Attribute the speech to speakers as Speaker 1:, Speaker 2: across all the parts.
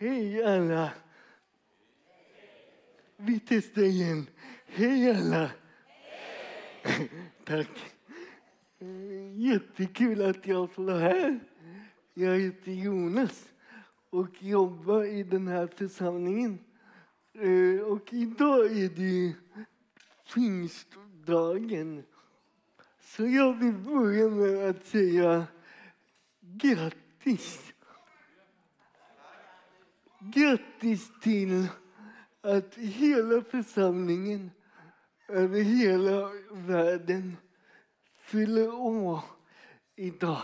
Speaker 1: Hej alla. Vi testar igen. Hej alla. Tack. Jättekul att jag får vara här. Jag heter Jonas och jobbar i den här församlingen. Och idag är det pingstdagen. Så jag vill börja med att säga grattis. Grattis till att hela församlingen över hela världen fyller år idag.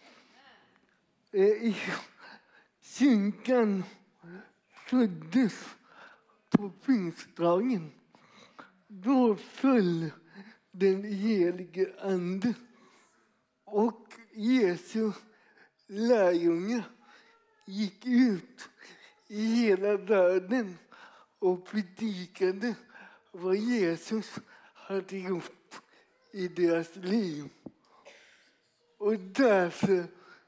Speaker 1: Kyrkan föddes på pingstdagen. Då föll den helige ande och Jesu lärjungar gick ut i hela världen och predikade vad Jesus hade gjort i deras liv. Och därför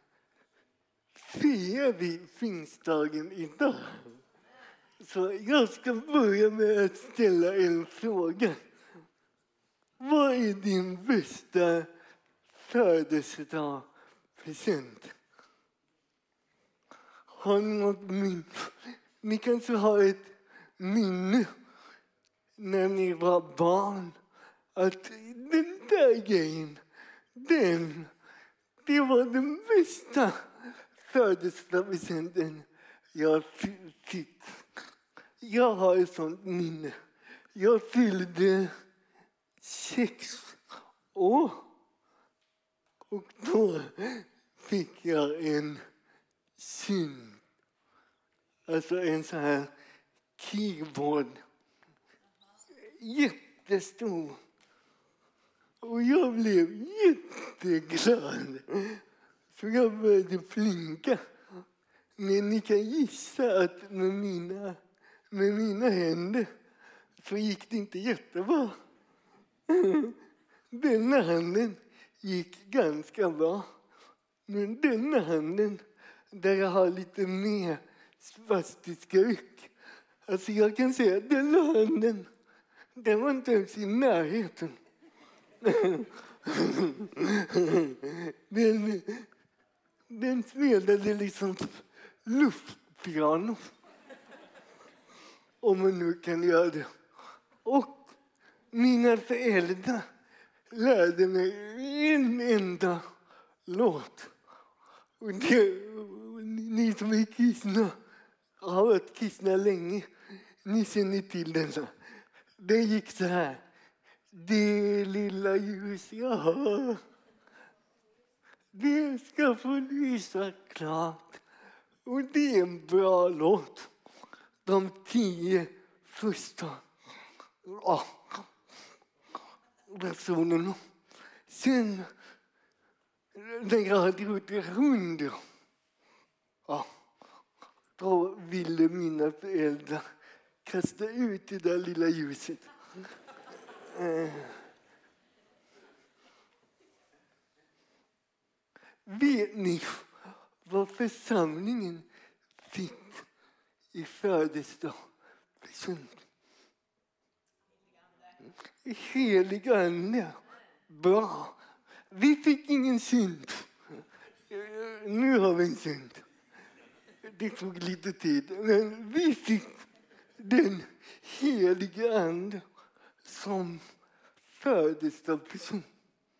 Speaker 1: firar vi pingstdagen idag. Så jag ska börja med att ställa en fråga. Vad är din bästa födelsedagspresent? Har ni något minne? Ni kanske har ett minne när ni var barn. Att den där grejen, det var den bästa födelsedagspresenten jag fick. Jag har ett sånt minne. Jag fyllde 6 år. Och då fick jag en synt. Alltså en sån här keyboard. Jättestor. Och jag blev jätteglad. Så jag började flinka. Men ni kan gissa att med mina händer så gick det inte jättebra. Denna handen gick ganska bra. Men denna handen, där jag har lite mer spastiska ryck. Alltså jag kan säga att denna handen, den var inte ens i närheten. Den spelade liksom luftpiano. Om man nu kan göra det. Och mina föräldrar lärde mig en enda låt. Och ni som är kristna, har varit kristna länge, ni känner till denna. Det gick så här. Det lilla ljus jag har, det ska få lysa klart. Och det är en bra låt. De 10 första versionerna. Sen när jag hade gjort det runda, då ville mina föräldrar kasta ut det där lilla ljuset. Vet ni vad församlingen fick i födelsedagspresent? Helig ande. Bra. Vi fick ingen synd. Nu har vi en synd. Det tog lite tid. Men vi fick den heliga ande som födelsedagspresent.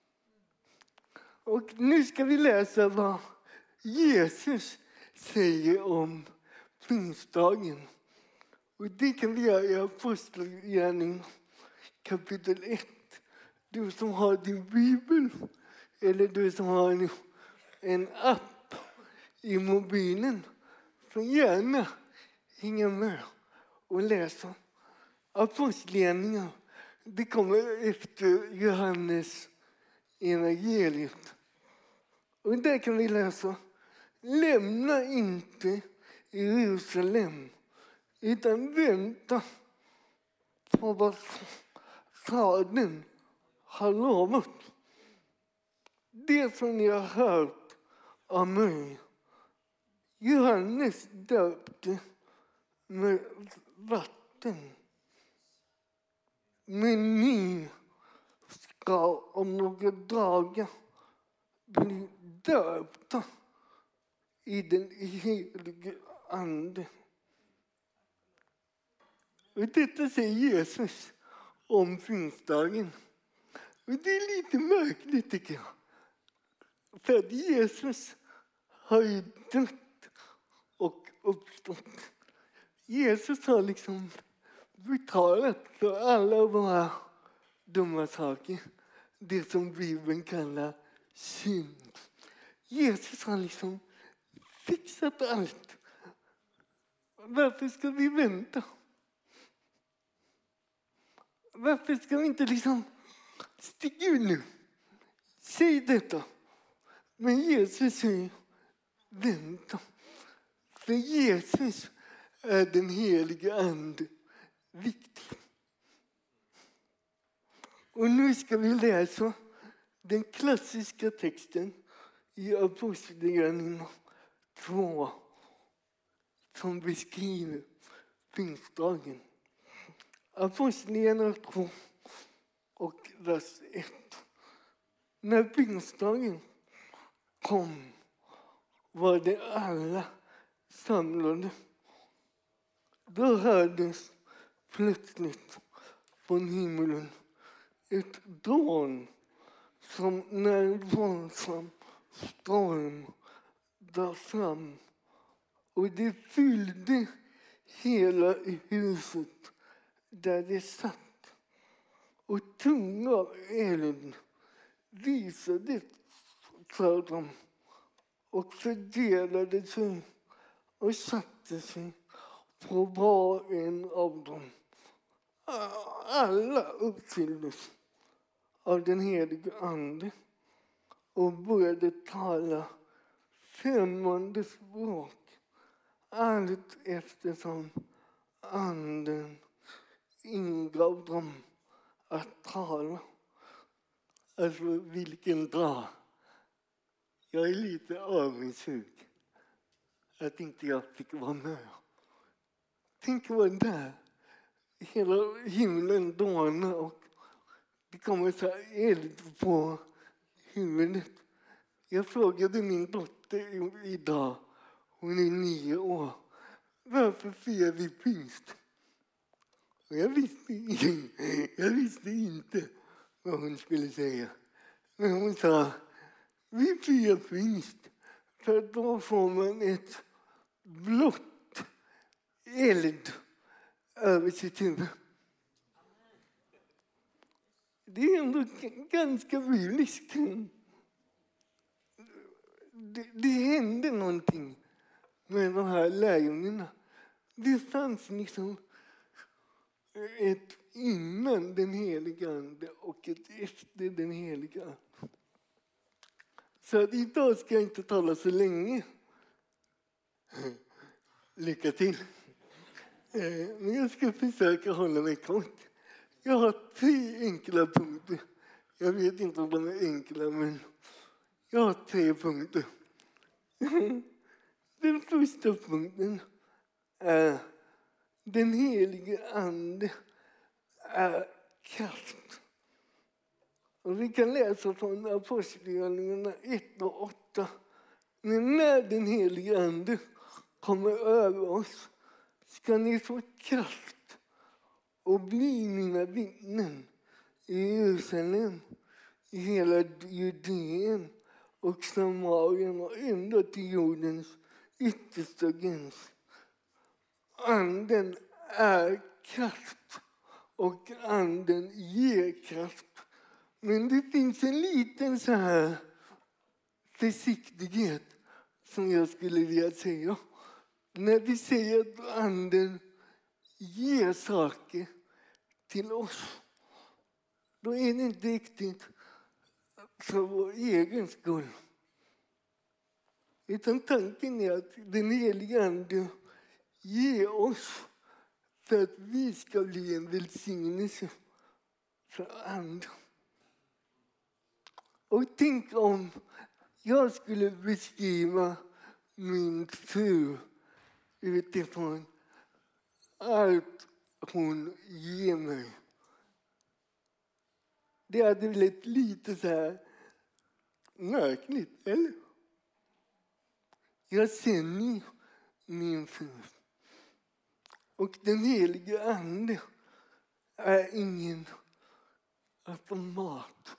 Speaker 1: Och nu ska vi läsa vad Jesus säger om pingstdagen. Och det kan vi göra i Apostlagärningarna kapitel 1. Du som har din bibel eller du som har en app i mobilen får gärna hänga med och läsa. Apostlagärningarna, det kommer efter Johannes evangeliet. Och där kan vi läsa: lämna inte Jerusalem utan vänta på vad Fadern har lovat. Det som ni har hört av mig. Johannes döpte med vatten. Men ni ska om några dagar bli döpta i den helige ande. Och detta säger Jesus om pingstdagen. Och det är lite märkligt tycker jag. För att Jesus har ju dött och uppstått. Jesus har liksom betalat för alla våra dumma saker. Det som Bibeln kallar synd. Jesus har liksom fixat allt. Varför ska vi vänta? Varför ska vi inte liksom stiga ut nu? Säg detta. Men Jesus säger vänta. För Jesus är den heliga ande viktig. Och nu ska vi läsa den klassiska texten i Apostlagärningarna 2 som beskriver pingstdagen. Apostlagärningarna 2 och vers 1. När pingstdagen kom var det alla samlade. Då hördes plötsligt från himlen ett dån som när en våldsam storm drar fram. Och det fyllde hela huset där det satt. Och tunga av eld visade för dem och fördelade sig och satte sig på var och en av dem. Alla uppfylldes av den helige ande och började tala främmande språk allt eftersom anden ingav dem att tala. Alltså vilken dag. Jag är lite avundsjuk att inte jag fick vara med. Tänk vara där. Hela himlen dånar och det kommer så här eld på huvudet. Jag frågade min dotter idag, hon är 9 år, varför firar vi pingst? Och jag visste inte vad hon skulle säga. Men hon sa, vi firar pingst för då får man ett blått eld över sitt huvud. Det är ändå ganska bibliskt. Det hände någonting med de här lärjungarna. Det fanns liksom ett innan den heliga ande och ett efter den heliga ande. Så att idag ska jag inte tala så länge. Lycka till. Men jag ska försöka hålla mig kort. Jag har 3 enkla punkter. Jag vet inte om de är enkla, men jag har 3 punkter. Den första punkten är den helige ande är kraft. Och vi kan läsa från Apostlagärningarna 1 och 8. Men när den helige ande kommer över oss ska ni få kraft och bli mina vittnen i Jerusalem, i hela Judeen och Samarien och ända till jordens yttersta gräns. Anden är kraft och anden ger kraft. Men det finns en liten så här försiktighet som jag skulle vilja säga. När vi säger att anden ger saker till oss, då är det inte riktigt för vår egen skull. Utan tanken är att den heliga ande ger oss för att vi ska bli en välsignelse för andra. Och tänk om jag skulle beskriva min fru utifrån allt hon ger mig. Det hade blivit lite så här märkligt, eller? Jag känner min fru. Och den heliga ande är ingen automat.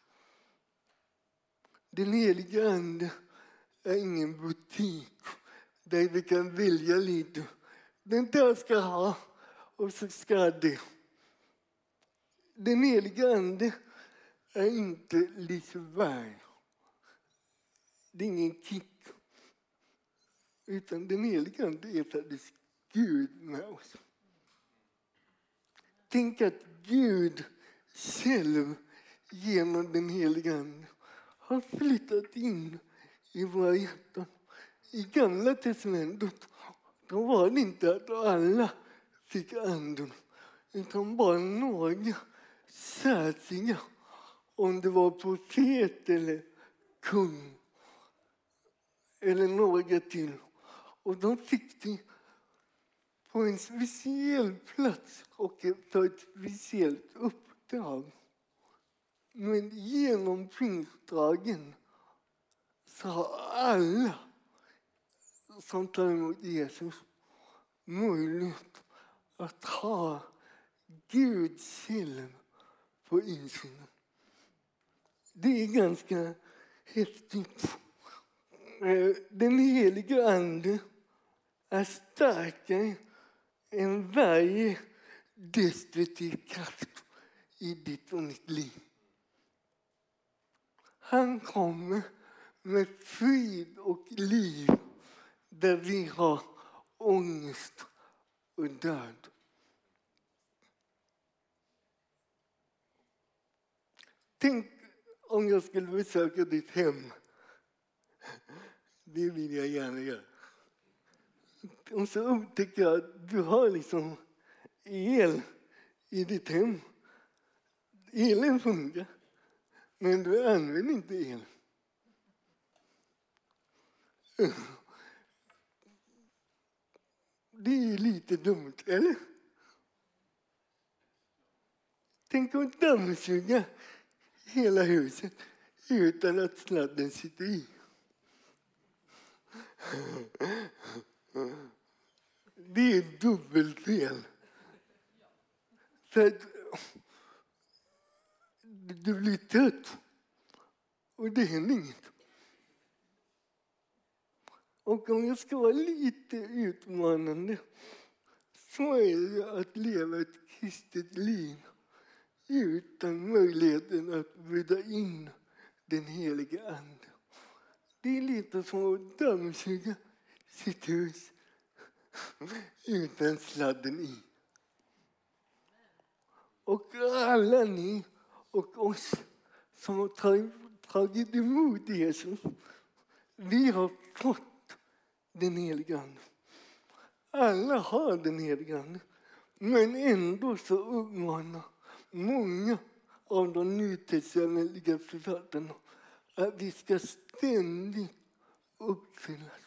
Speaker 1: Den heliga ande är ingen butik där vi kan välja lite. Den där ska jag ha och så ska jag det. Den heliga ande är inte Liseberg. Det är ingen kick. Utan den heliga ande är faktiskt Gud med oss. Tänk att Gud själv genom den heliga ande har flyttat in i våra hjärtan. I Gamla testamentet då var det inte att alla fick anden, utan bara några särskiga, om det var profet eller kung eller några till. Och de fick det på en speciell plats och för ett speciellt uppdrag. Men genom pingstdagen så har alla som tar emot Jesus möjlighet att ha Gud själv på insidan. Det är ganska häftigt. Den heliga ande är starkare än varje destruktiv kraft i ditt och mitt liv. Han kommer med frid och liv där vi har ångest och död. Tänk om jag skulle besöka ditt hem. Det vill jag gärna göra. Och så upptäcker jag att du har liksom el i ditt hem. Elen funkar, men du använder inte el. Det är lite dumt, eller? Tänk att dammsuga hela huset utan att sladden sitter i. Det är dubbelfel. För att du blir trött och det händer inget. Och om jag ska vara lite utmanande så är det att leva ett kristet liv utan möjligheten att bjuda in den heliga ande. Det är lite som att dammsuga sitt hus utan sladden i. Och alla ni och oss som har tagit emot Jesus, vi har fått den heliga ande. Alla har den heliga ande. Men ändå så uppmanar många av de nytestamentliga författarna att vi ska ständigt uppfyllas.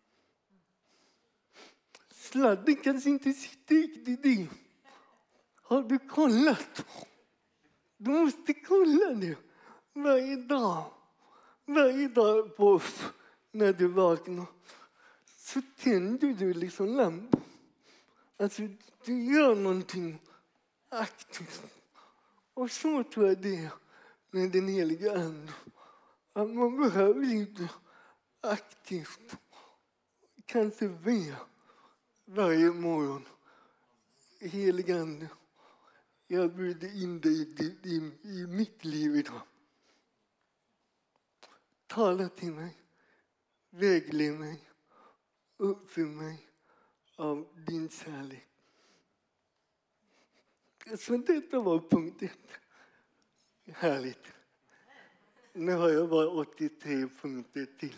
Speaker 1: Sladden kanske inte sitter riktigt i. Har du kollat? Du måste kolla det varje dag. Varje dag på när du vaknar så tänder du liksom lampor. Alltså du gör någonting aktivt. Och så tror jag det är med den heliga ande. Att man behöver inte aktivt kanske be varje morgon. Heliga ande, jag bjuder in dig i mitt liv idag. Tala till mig, vägled mig, uppfyll mig av din kärlek. Så detta var punkt 1. Härligt. Nu har jag bara 83 punkter till.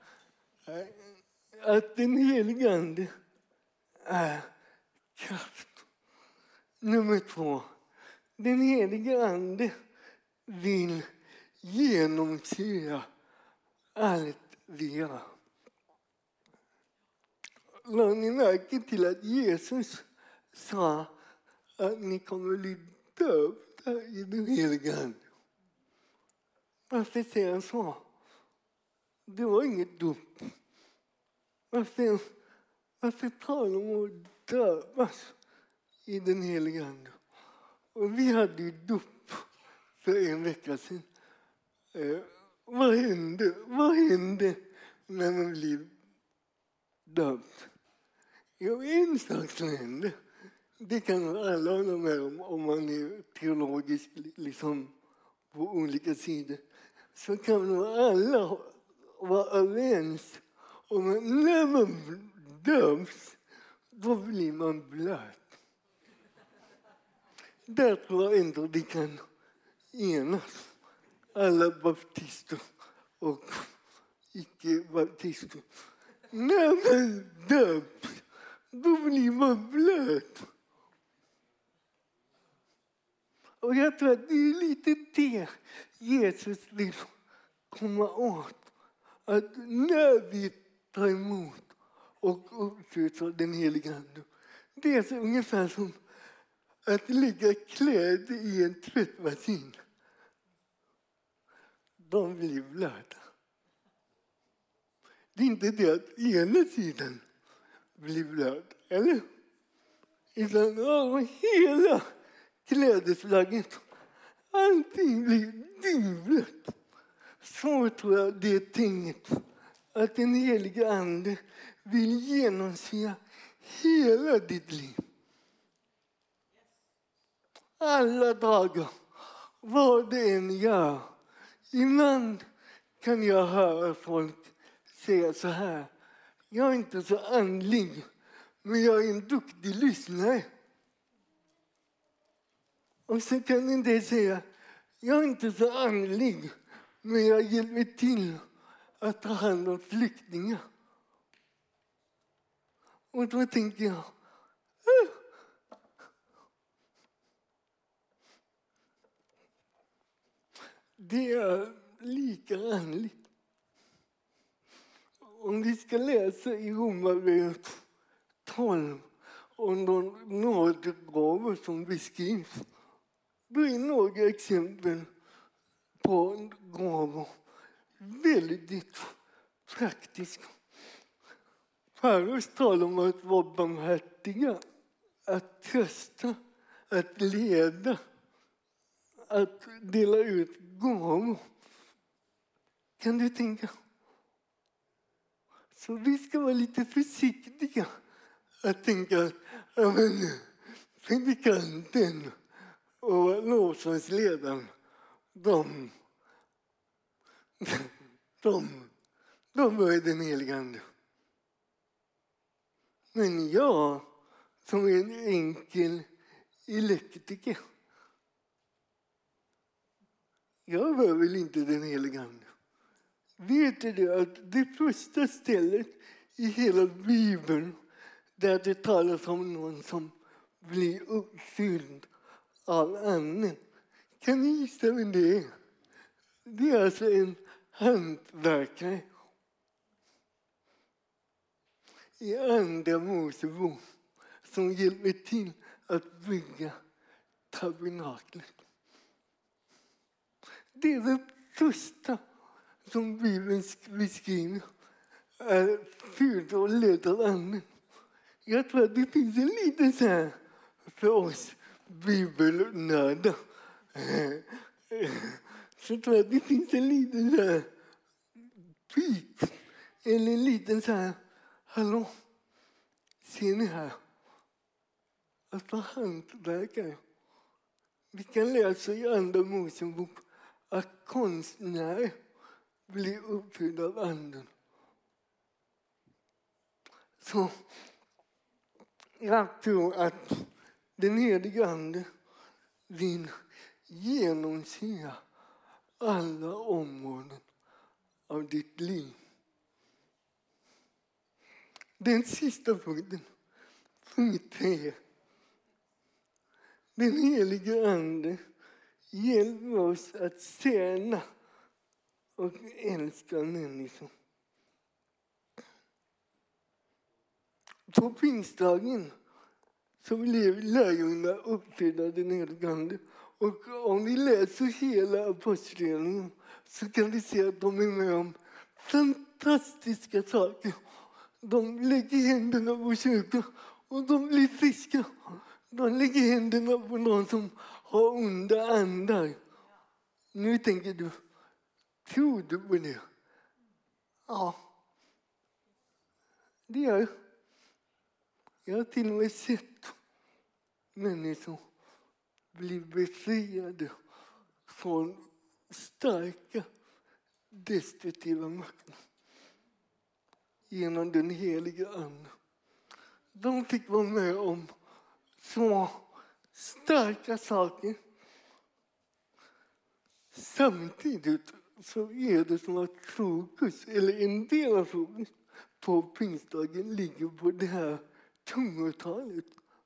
Speaker 1: Att den heliga ande är kraft. Nummer 2. Den heliga ande vill genomsyra allt vi gör. Lade ni märke till att Jesus sa att ni kommer bli döpta i den heliga Ande. Varför säger han så? Det var inget dop. Varför talar de om att döpas i den heliga Ande? Och vi hade ju dop för en vecka sedan. Vad hände när man blir döpt? Ja, en sak som hände. Det kan alla hålla med om man är teologisk liksom, på olika sidor. Så kan nog alla vara överens om att när man döps, då blir man blöt. Där tror jag ändå vi kan enas. Alla baptister och icke-baptister. När man döps, då blir man blöt. Och jag tror att det är lite det Jesus vill komma åt. Att när vi tar emot och uppfylls av den heliga Ande. Det är så ungefär som att lägga kläder i en tvättmaskin. De blir blöta. Det är inte det att ena sidan blir blöt, eller? Utan hela klädesplagget, allting blir dyngblött. Så tror jag det är tänkt att den heliga Ande vill genomsyra hela ditt liv. Alla dagar, vad det än gör. Ibland kan jag höra folk säga så här: jag är inte så andlig, men jag är en duktig lyssnare. Och så kan en del säga: jag är inte så andlig, men jag hjälper till att ta hand om flyktingar. Och då tänker jag, det är lika andligt. Om vi ska läsa i Romarbrevet 12 om de nådegåvor som beskrivs, då är några exempel på gåvor väldigt praktiska. Paulus talar om att vara barmhärtiga, att trösta, att leda, att dela ut gåvor. Kan du tänka? Så vi ska vara lite försiktiga att tänka att predikanten och lovsångsledaren, de är den heliga Ande. Men jag, som är en enkel elektriker, jag var väl inte den heliga Ande. Vet du att det första stället i hela Bibeln där det talas om någon som blir uppfylld av Anden, kan ni gissa vem det är? Det är alltså en hantverkare. I Andra Mosebok som hjälper till att bygga tabernaklet. Det är det första som Bibeln beskriver är fylld och ledd av Anden. Jag tror att det finns en liten så här för oss bibelnördar. Så jag tror att det finns en liten så här pik, eller en liten så här: hallå, ser ni här? Att vara hantverkare. Vi kan läsa i Andra Mosebok att konstnärer blir uppfyllda av Anden. Så jag tror att den heliga Ande vill genomsyra alla områden av ditt liv. Den sista punkten, punkt 3. Den heliga Ande hjälper oss att tjäna och älska människor. På pingstdagen så blev lärjungarna uppfyllda av den helige Ande. Och om ni läser hela apostlagärningarna så kan ni se att de är med om fantastiska saker. De lägger händerna på kyrkan och de blir friska. De lägger händerna på någon som har onda andar. Nu tänker du, tror du på det? Ja, det gör jag. Jag har till och med sett människor bli befriade från starka destruktiva makter genom den heliga Ande. De fick vara med om så starka saker. Samtidigt så är det som att fokus, eller en del av fokus på pingstdagen ligger på det här tungotalet.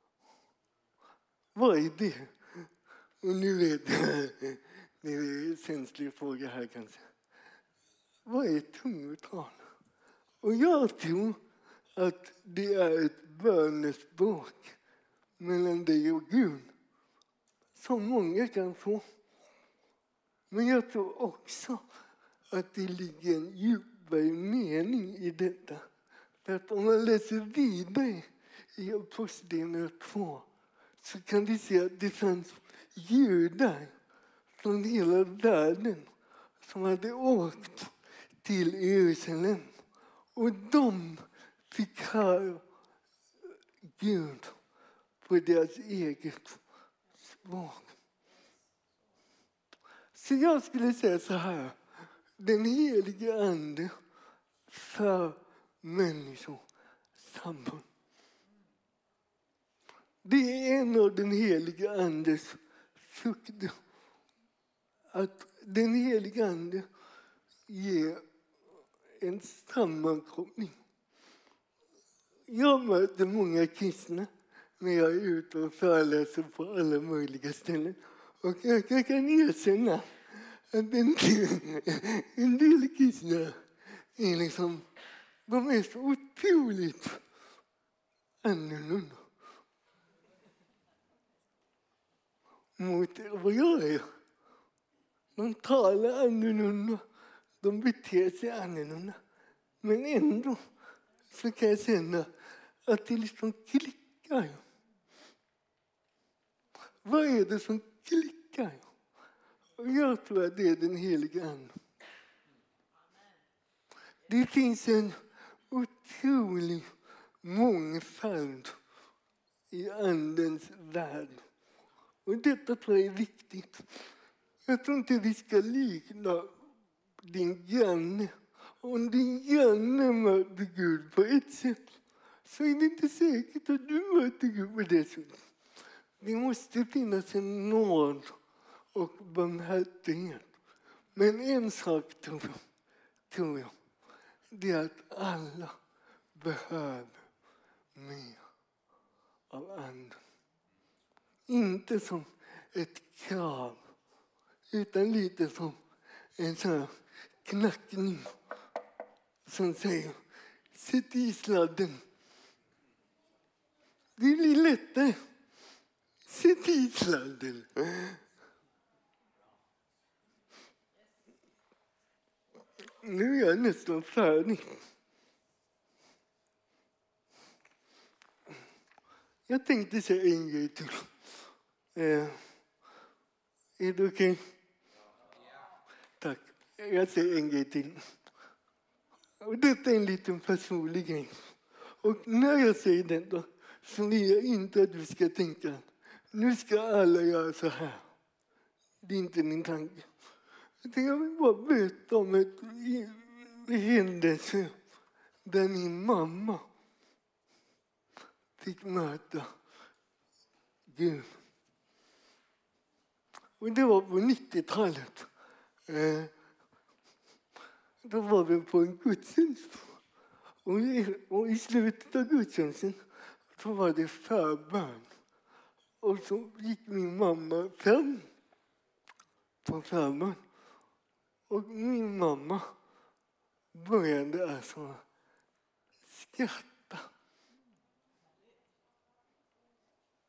Speaker 1: Vad är det? Och nu vet jag, det är en känslig fråga här kanske. Vad är tungotal? Och jag tror att det är ett bönespråk mellan dig och Gud som många kan få. Men jag tror också att det ligger en djupare mening i detta. För att om man läser vidare i Apostlagärningarna 2 så kan vi se att det fanns judar från hela världen som hade åkt till Jerusalem. Och de fick höra Gud på deras eget språk. Så jag skulle säga så här. Den helige Ande för människor samman. Det är en av den helige Andes frukter. Att den helige Ande ger en sammankoppling. Jag möter många kristna när jag är ute och föreläser på alla möjliga ställen. Och jag kan erkänna att en del kristna är liksom, de är så otroligt annorlunda mot vad jag är. De talar annorlunda, de beter sig annorlunda. Men ändå så kan jag känna att det liksom klickar. Vad är det som klickar? Och jag tror att det är den heliga Ande. Det finns en otrolig mångfald i Andens värld. Och detta tror jag är viktigt. Jag tror inte vi ska likna din granne. Om din granne möter Gud på ett sätt så är det inte säkert att du möter Gud på det sättet. Det måste finnas en nåd och barmhärtighet. Men en sak tror jag, det är att alla behöver mer av Anden. Inte som ett krav, utan lite som en sån här knackning som säger, sätt i sladden. Det blir lättare. Sätt i sladden. Nu är jag nästan färdig. Jag tänkte säga en grej till. Är det okej? Tack. Jag säger en grej till. Och detta är en liten personlig grej. Och när jag säger det då, så vill jag inte att du ska tänka nu ska alla göra så här. Det är inte min tanke. Jag vill bara berätta om en händelse där min mamma fick möta Gud. Och det var på 90-talet. Då var vi på en gudstjänst. Och i slutet av gudstjänsten då var det förbön. Och så gick min mamma fram på förbön. Och min mamma började alltså skratta.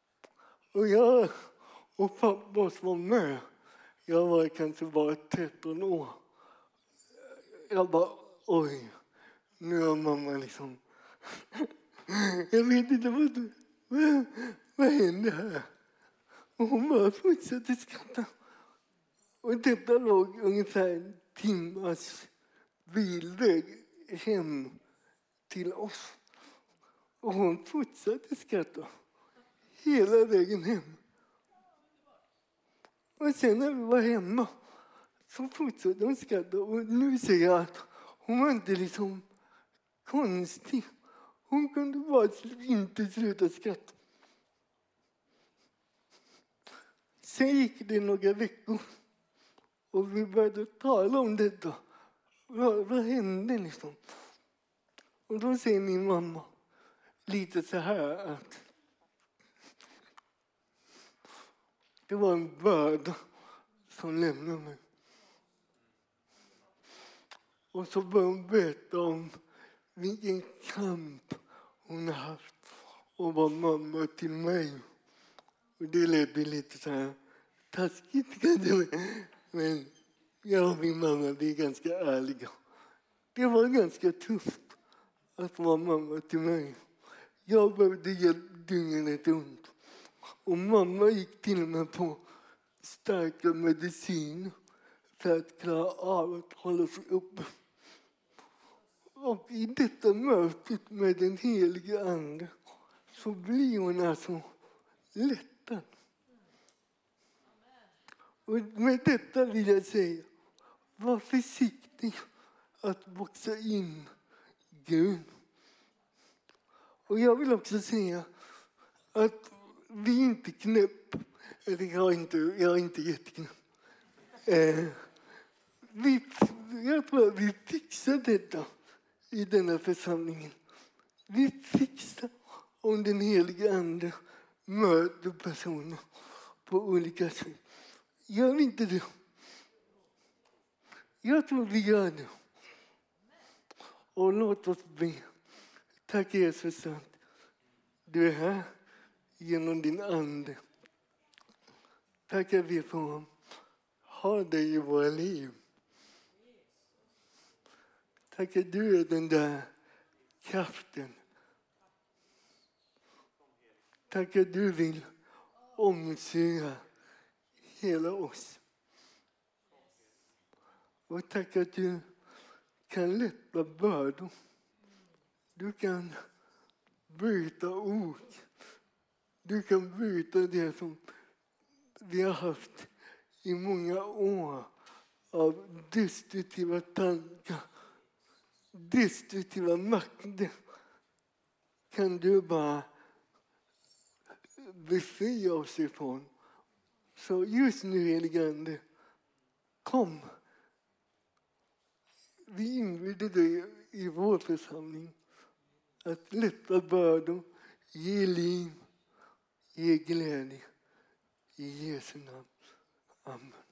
Speaker 1: Och jag och pappa som var med, jag var kanske bara 13 år. Jag bara, oj, nu har mamma liksom... Jag vet inte vad hände här. Och hon bara fortsatte skratta. Och detta låg ungefär en timmars bilväg hem till oss. Och hon fortsatte skratta hela vägen hem. Och sen när vi var hemma så fortsatte hon skratta. Och nu ser jag att hon var inte liksom konstig. Hon kunde bara inte sluta skratta. Sen gick det några veckor. Och vi började tala om detta. Vad hände liksom? Och då säger min mamma lite så här att det var en börda som lämnade mig. Och så började hon berätta om vilken kamp hon har haft och var mamma till mig. Och det lät lite så här taskigt kanske. Men jag och min mamma, vi är ganska ärliga. Det var ganska tufft att vara mamma till mig. Jag behövde hjälp dygnet runt. Och mamma gick till mig på starka medicin för att klara av att hålla sig uppe. Och i detta mötet med den heliga ande så blir hon alltså lättad. Och med detta vill jag säga, var försiktig att boxa in Gud. Och jag vill också säga att vi inte knäpp. Eller jag är inte jätteknäpp. Jag tror att vi fixar detta i denna församlingen. Vi fixar om den heliga ande möter personer på olika sätt. Gör vi inte det? Jag tror vi gör det. Och låt oss be. Tack Jesus att du är här genom din ande. Tack att vi får ha dig i våra liv. Tack att du är den där kraften. Tack att du vill omsyra hela oss. Och tack att du kan lätta bördor. Du kan bryta ord. Du kan bryta det som vi har haft i många år av destruktiva tankar, destruktiva makter. Kan du bara befria oss ifrån. Så just nu, helige Ande, kom. Vi inbjuder dig i vår församling att lätta bördor, ge liv, ge glädje. I Jesu namn. Amen.